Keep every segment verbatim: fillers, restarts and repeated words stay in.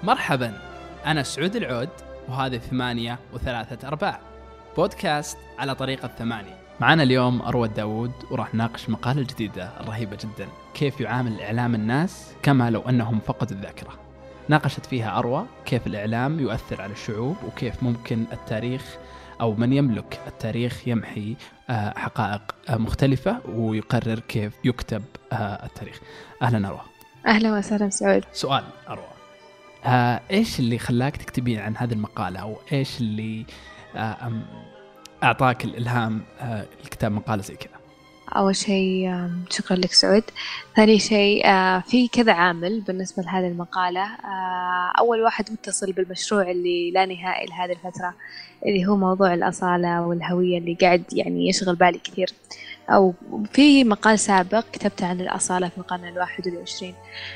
مرحبا، أنا سعود العود وهذه ثمانية وثلاثة أرباع بودكاست على طريقة ثمانية. معنا اليوم أروى داود وراح نناقش مقالة جديدة رهيبة جدا، كيف يعامل إعلام الناس كما لو أنهم فقدوا الذاكرة. ناقشت فيها أروى كيف الإعلام يؤثر على الشعوب وكيف ممكن التاريخ أو من يملك التاريخ يمحي حقائق مختلفة ويقرر كيف يكتب التاريخ. أهلا أروى. أهلا وسهلا سعود. سؤال أروى، آه، إيش اللي خلاك تكتبين عن هذه المقالة، أو إيش اللي آه، أعطاك الإلهام آه، الكتاب مقالة زي كذا؟ أول شيء شكرا لك سعود. ثاني شيء في كذا عامل بالنسبة لهذه المقالة. أول واحد متصل بالمشروع اللي لا نهائي لهذه الفترة، اللي هو موضوع الأصالة والهوية اللي قاعد يعني يشغل بالي كثير. أو في مقال سابق كتبت عن الأصالة في القرن الواحد والعشرين.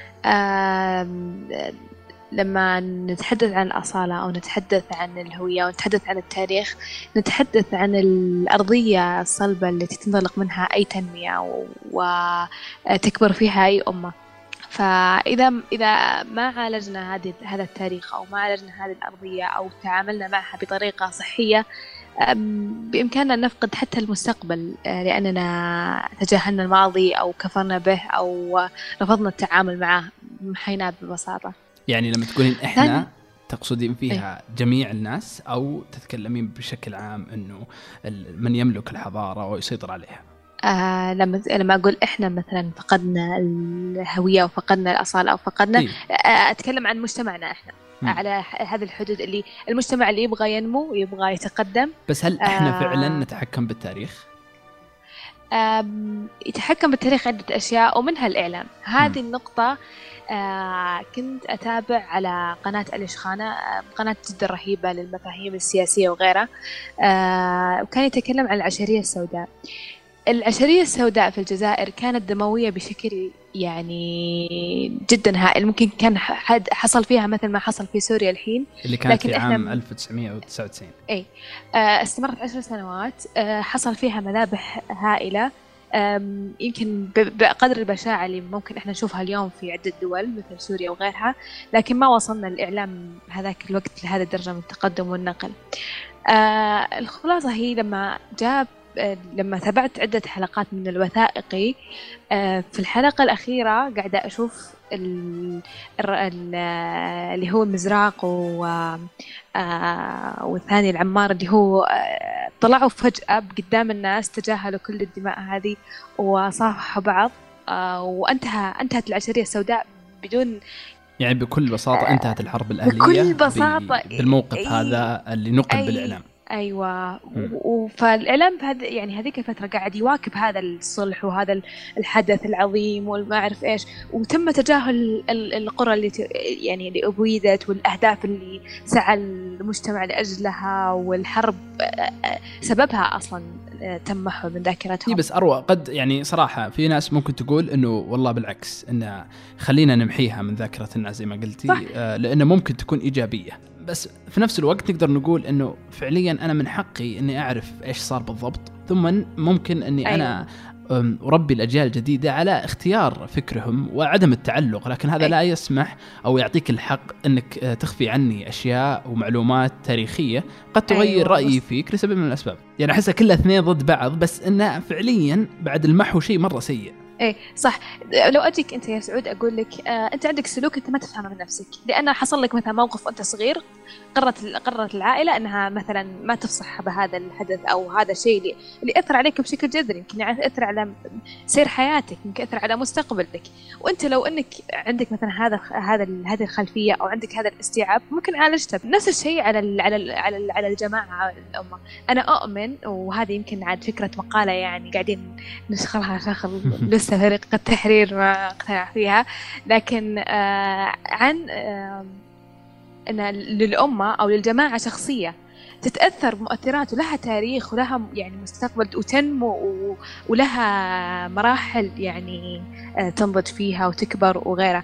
لما نتحدث عن الأصالة أو نتحدث عن الهوية ونتحدث عن التاريخ، نتحدث عن الأرضية الصلبة التي تنطلق منها أي تنمية وتكبر فيها أي أمة. فإذا إذا ما عالجنا هذه هذا التاريخ أو ما عالجنا هذه الأرضية أو تعاملنا معها بطريقة صحية، بإمكاننا نفقد حتى المستقبل، لأننا تجاهلنا الماضي أو كفرنا به أو رفضنا التعامل معه، محيناه ببساطة. يعني لما تقولين إحنا تقصدين فيها جميع الناس أو تتكلمين بشكل عام إنه من يملك الحضارة ويسيطر عليها؟ آه لما لما أقول إحنا مثلا فقدنا الهوية أو فقدنا الأصالة أو فقدنا إيه؟ آه أتكلم عن مجتمعنا إحنا م. على هذه الحدود، اللي المجتمع اللي يبغى ينمو يبغى يتقدم. بس هل إحنا آه فعلا نتحكم بالتاريخ؟ آه يتحكم بالتاريخ عدة أشياء ومنها الإعلام. هذه م. النقطة آه كنت أتابع على قناة الإشخانة، آه قناة جدا رهيبة للمفاهيم السياسية وغيرها، آه وكان يتكلم عن العشرية السوداء. العشرية السوداء في الجزائر كانت دموية بشكل يعني جدا هائل. ممكن كان حد حصل فيها مثل ما حصل في سوريا الحين، اللي كانت في عام ألف وتسعمائة وتسعة وتسعين. أي آه استمرت عشر سنوات، آه حصل فيها مذابح هائلة، يمكن بقدر البشاعة اللي ممكن إحنا نشوفها اليوم في عدة دول مثل سوريا وغيرها، لكن ما وصلنا الإعلام هذاك الوقت لهذا الدرجة من التقدم والنقل. آه الخلاصة هي لما جاب لما تابعت عدة حلقات من الوثائقي، في الحلقة الأخيرة قاعدة أشوف اللي هو المزراق والثاني العمار اللي هو طلعوا فجأة قدام الناس، تجاهلوا كل الدماء هذه وصافحوا بعض، وانتهى انتهت العشرية السوداء بدون، يعني بكل بساطة انتهت الحرب الأهلية بكل بساطة بالموقف أي هذا اللي نقل أي بالإعلام. أيوة. فالإعلام في هذا يعني هذيك الفترة قاعد يواكب هذا الصلح وهذا الحدث العظيم والما أعرف إيش، وتم تجاهل القرى اللي يعني اللي أبيدت والأهداف اللي سعى المجتمع لأجلها، والحرب سببها أصلا تم محو من ذاكرتهم. بس أروى، قد يعني صراحة في ناس ممكن تقول إنه والله بالعكس، إنه خلينا نمحيها من ذاكرة الناس زي ما قلتي، آه لأنه ممكن تكون إيجابية. بس في نفس الوقت نقدر نقول إنه فعليا أنا من حقي إني أعرف إيش صار بالضبط، ثم ممكن إني أيوة. أنا أربي الأجيال الجديدة على اختيار فكرهم وعدم التعلق، لكن هذا أيوة. لا يسمح أو يعطيك الحق إنك تخفي عني أشياء ومعلومات تاريخية قد تغير أيوة. رأيي فيك لسبب من الأسباب. يعني أحسها كلها اثنين ضد بعض، بس إنه فعليا بعد المحو شيء مرة سيء. ايه صح. لو اجيك انت يا سعود اقول لك آه انت عندك سلوك انت ما تفهمه من نفسك، لانه حصل لك مثلا موقف وانت صغير، قررت قررت العائله انها مثلا ما تفصح بهذا الحدث او هذا الشيء اللي اللي اثر عليك بشكل جذري، يمكن ياثر على سير حياتك، يمكن ياثر على مستقبلك. وانت لو انك عندك مثلا هذا هذا هذه الخلفيه او عندك هذا الاستيعاب، ممكن عالجته. نفس الشيء على ال على ال على ال على الجماعه الامه. انا اؤمن، وهذه يمكن عاد فكره مقاله يعني قاعدين نشغلها شغل لسه فريق التحرير ما اقتنع فيها، لكن آه عن آه أن للأمة أو للجماعة شخصية تتأثر بمؤثرات ولها تاريخ ولها يعني مستقبل وتنمو ولها مراحل يعني تنضج فيها وتكبر وغيرها.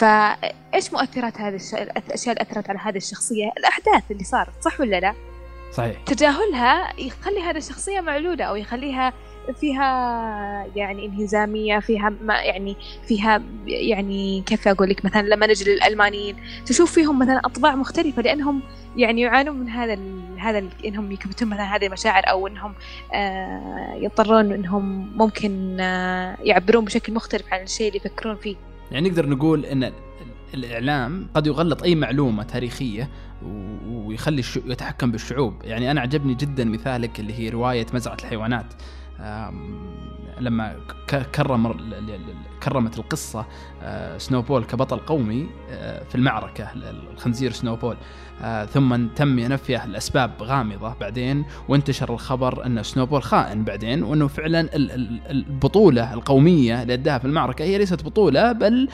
فإيش مؤثرات هذه الأشياء اللي أثرت على هذه الشخصية؟ الأحداث اللي صارت، صح ولا لا؟ صحيح. تجاهلها يخلي هذه الشخصية معلولة أو يخليها فيها يعني انهزامية، فيها ما يعني فيها يعني كيف أقول لك، مثلا لما نجي للألمانيين تشوف فيهم مثلا أطباع مختلفة، لأنهم يعني يعانون من هذا ال هذا ال إنهم يكبتون مثلا هذه المشاعر، أو إنهم آه يضطرون إنهم ممكن آه يعبرون بشكل مختلف عن الشيء اللي يفكرون فيه. يعني نقدر نقول إن الإعلام قد يغلط أي معلومة تاريخية ويخلي الشو... يتحكم بالشعوب. يعني أنا عجبني جدا مثالك اللي هي رواية مزرعة الحيوانات، لما كرم كرمت القصة سنوبول كبطل قومي في المعركة، الخنزير سنوبول، ثم تم ينفيه الأسباب غامضة بعدين، وانتشر الخبر أن سنوبول خائن بعدين، وأنه فعلا البطولة القومية اللي أداها في المعركة هي ليست بطولة، بل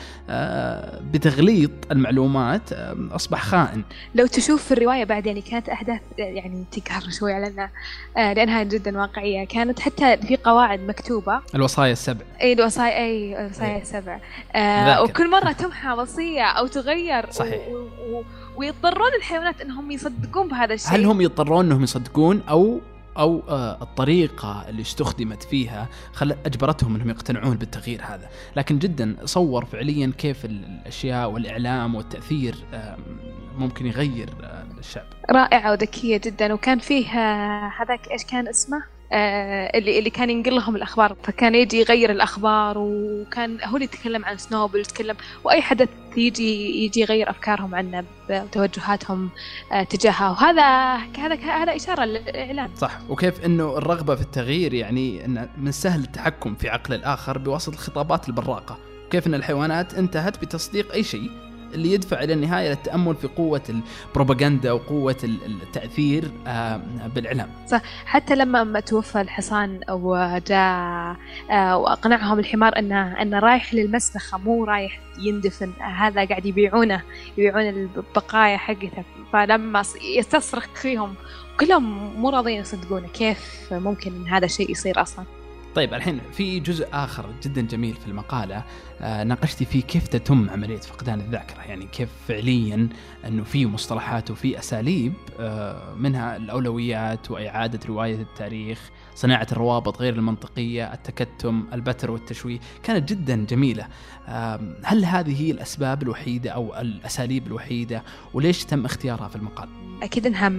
بتغليط المعلومات أصبح خائن. لو تشوف في الرواية بعدين كانت أحداث يعني تقهر شوي علينا لأنها جدا واقعية، كانت حتى في قواعد مكتوبة، الوصايا السبع. أي الوصايا أي الوصايا أي. السبع آه وكل مرة تمحى وصية أو تغير. صحيح. و... و... ويضطرون الحيوانات إنهم يصدقون بهذا الشيء. هل هم يضطرون إنهم يصدقون أو أو آه الطريقة اللي استخدمت فيها خل أجبرتهم إنهم يقتنعون بالتغيير هذا؟ لكن جدا صور فعليا كيف الأشياء والإعلام والتأثير آه ممكن يغير آه الشعب. رائعة وذكية جدا. وكان فيه هذاك إيش كان اسمه آه اللي اللي كان ينقل لهم الأخبار، فكان يجي يغير الأخبار، وكان هو اللي يتكلم عن سنوبل، يتكلم وأي حدث يجي يجي يغير أفكارهم عنه بتوجهاتهم آه تجاهه. وهذا هذا هذا إشارة للإعلام. صح. وكيف إنه الرغبة في التغيير يعني إن من سهل التحكم في عقل الآخر بواسطة الخطابات البراقة، وكيف إن الحيوانات انتهت بتصديق أي شيء اللي يدفع إلى النهاية للتأمل في قوة البروباغندا وقوة التأثير بالإعلام. صح. حتى لما توفى الحصان وجاء وأقنعهم الحمار أنه أنه رايح للمسبخة مو رايح يندفن، هذا قاعد يبيعونه يبيعون البقايا حقته، فلما يستصرخ فيهم كلهم مو راضين يصدقونه. كيف ممكن إن هذا الشيء يصير أصلاً؟ طيب الحين في جزء آخر جدا جميل في المقالة آه ناقشتي فيه كيف تتم عملية فقدان الذاكرة، يعني كيف فعليا أنه في مصطلحات وفي أساليب آه منها الأولويات وإعادة رواية التاريخ، صناعة الروابط غير المنطقية، التكتم، البتر والتشويه، كانت جدا جميلة. آه هل هذه هي الأسباب الوحيدة أو الأساليب الوحيدة، وليش تم اختيارها في المقال؟ أكيد إنها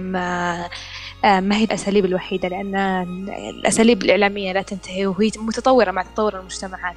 ما هي الأساليب الوحيدة، لأن الأساليب الإعلامية لا تنتهي وهي متطورة مع تطور المجتمعات.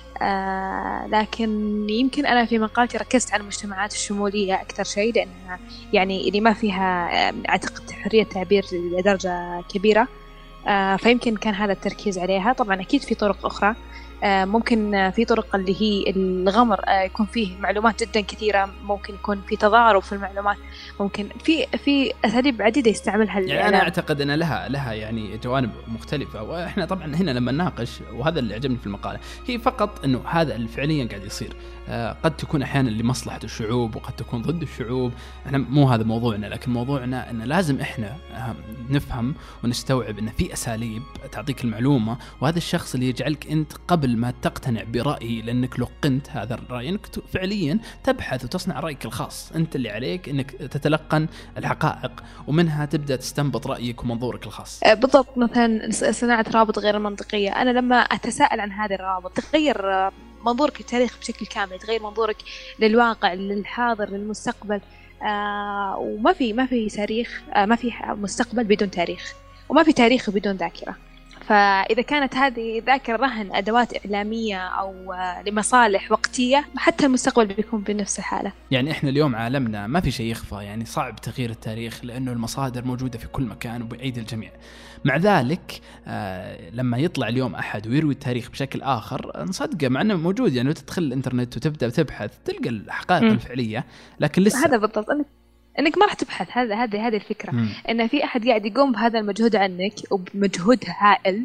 آه لكن يمكن أنا في مقالتي ركزت على المجتمعات الشمولية أكثر شيء، لأنها يعني اللي ما فيها أعتقد حرية تعبير لدرجة كبيرة، آه فيمكن كان هذا التركيز عليها. طبعا أكيد في طرق أخرى، آه ممكن في طرق اللي هي الغمر، آه يكون فيه معلومات جدا كثيرة، ممكن يكون في تضارب في المعلومات، ممكن في في أساليب عديدة يستعملها الإعلام. يعني أنا أعتقد أن لها لها يعني جوانب مختلفة، وإحنا طبعا هنا لما نناقش، وهذا اللي عجبني في المقالة، هي فقط إنه هذا اللي فعليا قاعد يصير. آه قد تكون أحيانا لمصلحة الشعوب وقد تكون ضد الشعوب، إحنا مو هذا موضوعنا، لكن موضوعنا إن لازم إحنا نفهم ونستوعب إن في أساليب تعطيك المعلومة، وهذا الشخص اللي يجعلك أنت قبل ما تقتنع برأي لأنك لقنت هذا الرأي أنك فعليا تبحث وتصنع رأيك الخاص. أنت اللي عليك أنك تتلقن الحقائق ومنها تبدأ تستنبط رأيك ومنظورك الخاص. بالضبط. مثلا صناعة روابط غير منطقية، أنا لما أتساءل عن هذه الروابط تغير منظورك للتاريخ بشكل كامل، تغير منظورك للواقع، للحاضر، للمستقبل. آه وما في ما في تاريخ، آه ما في مستقبل بدون تاريخ، وما في تاريخ بدون ذاكرة. فإذا كانت هذه ذاكرة رهن أدوات إعلامية أو لمصالح وقتية، حتى المستقبل بيكون بنفس الحالة. يعني إحنا اليوم عالمنا ما في شيء يخفى، يعني صعب تغيير التاريخ لأنه المصادر موجودة في كل مكان وبأيدي الجميع. مع ذلك آه لما يطلع اليوم أحد ويروي التاريخ بشكل آخر نصدقه، مع أنه موجود. يعني تدخل الإنترنت وتبدأ تبحث تلقى الحقائق م. الفعلية، لكن لسه هذا بالضبط انك ما راح تبحث. هذا هذه هذه الفكره، مم. ان في احد قاعد يقوم بهذا المجهود عنك وبمجهود هائل،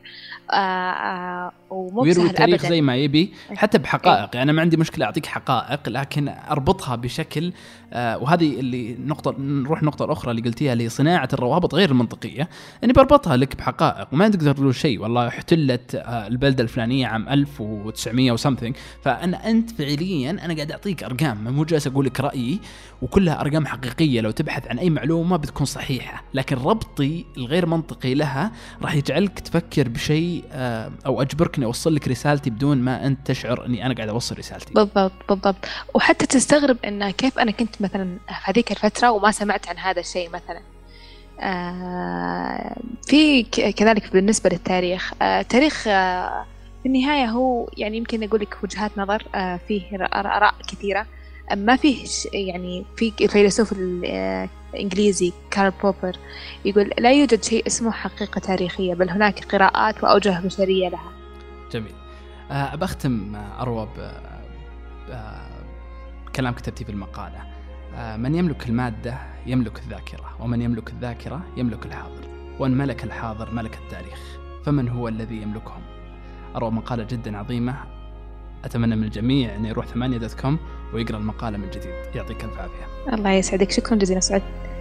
ومو سهل ابدا زي ما يبي حتى بحقائق. يعني انا ما عندي مشكله اعطيك حقائق، لكن اربطها بشكل آه وهذه اللي نقطه نروح نقطه اخرى اللي قلتيها، اللي صناعه الروابط غير المنطقيه، اني بربطها لك بحقائق وما تقدر تقول شيء والله احتلت آه البلده الفلانيه عام ألف وتسعمية وسمثينج، فانا انت فعليا انا قاعد اعطيك ارقام، مو جالس اقول لك رايي وكلها ارقام حقيقيه لو تبحث عن أي معلومة بتكون صحيحة، لكن ربطي الغير منطقي لها راح يجعلك تفكر بشيء أو أجبرك أني أوصل لك رسالتي بدون ما أنت تشعر أني أنا قاعد أوصل رسالتي. بالضبط بالضبط. وحتى تستغرب أن كيف أنا كنت مثلا في هذيك الفترة وما سمعت عن هذا الشيء مثلا. آه في كذلك بالنسبة للتاريخ، آه تاريخ آه في النهاية هو يعني يمكن أقول لك وجهات نظر، آه فيه آراء كثيرة، ما فيه يعني في الفيلسوف الإنجليزي كارل بوبر يقول لا يوجد شيء اسمه حقيقة تاريخية، بل هناك قراءات وأوجه بشرية لها. جميل. أه بختم أروى بكلام كتبتي في المقالة: أه من يملك المادة يملك الذاكرة، ومن يملك الذاكرة يملك الحاضر، وأن ملك الحاضر ملك التاريخ، فمن هو الذي يملكهم؟ أروى مقالة جدا عظيمة، أتمنى من الجميع أن يروح ثمانية دوت كوم ويقرأ المقالة من جديد. يعطيك الف عافية. الله يسعدك، شكرا جزيلا سعد.